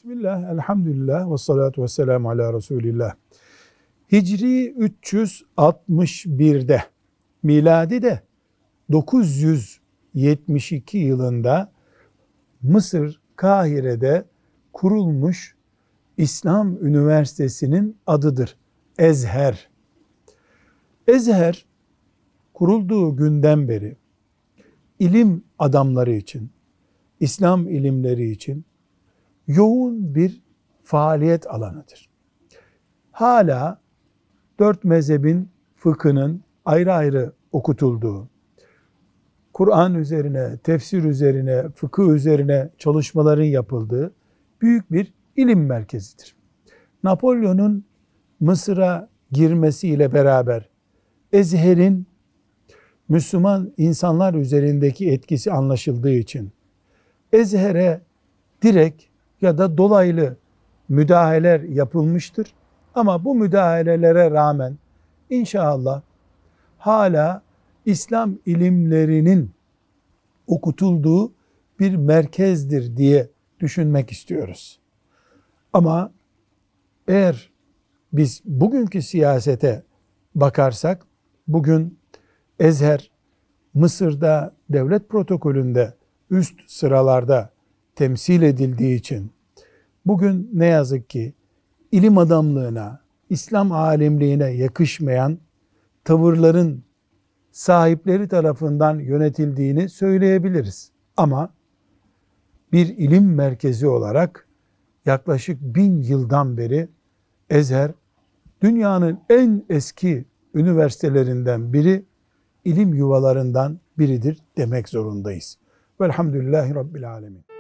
Bismillah, elhamdülillah ve salatu ve selamu ala Resulillah. Hicri 361'de, miladi de 972 yılında Mısır, Kahire'de kurulmuş İslam Üniversitesi'nin adıdır. Ezher. Ezher, kurulduğu günden beri ilim adamları için, İslam ilimleri için yoğun bir faaliyet alanıdır. Hala dört mezhebin fıkhının ayrı ayrı okutulduğu, Kur'an üzerine, tefsir üzerine, fıkıh üzerine çalışmaların yapıldığı büyük bir ilim merkezidir. Napolyon'un Mısır'a girmesiyle beraber Ezher'in Müslüman insanlar üzerindeki etkisi anlaşıldığı için Ezher'e direkt ya da dolaylı müdahaleler yapılmıştır. Ama bu müdahalelere rağmen inşallah hala İslam ilimlerinin okutulduğu bir merkezdir diye düşünmek istiyoruz. Ama eğer biz bugünkü siyasete bakarsak, bugün Ezher Mısır'da devlet protokolünde üst sıralarda temsil edildiği için bugün ne yazık ki ilim adamlığına, İslam alimliğine yakışmayan tavırların sahipleri tarafından yönetildiğini söyleyebiliriz. Ama bir ilim merkezi olarak yaklaşık 1000 yıldan beri Ezher dünyanın en eski üniversitelerinden biri, ilim yuvalarından biridir demek zorundayız. Velhamdülillahi Rabbil Alemin.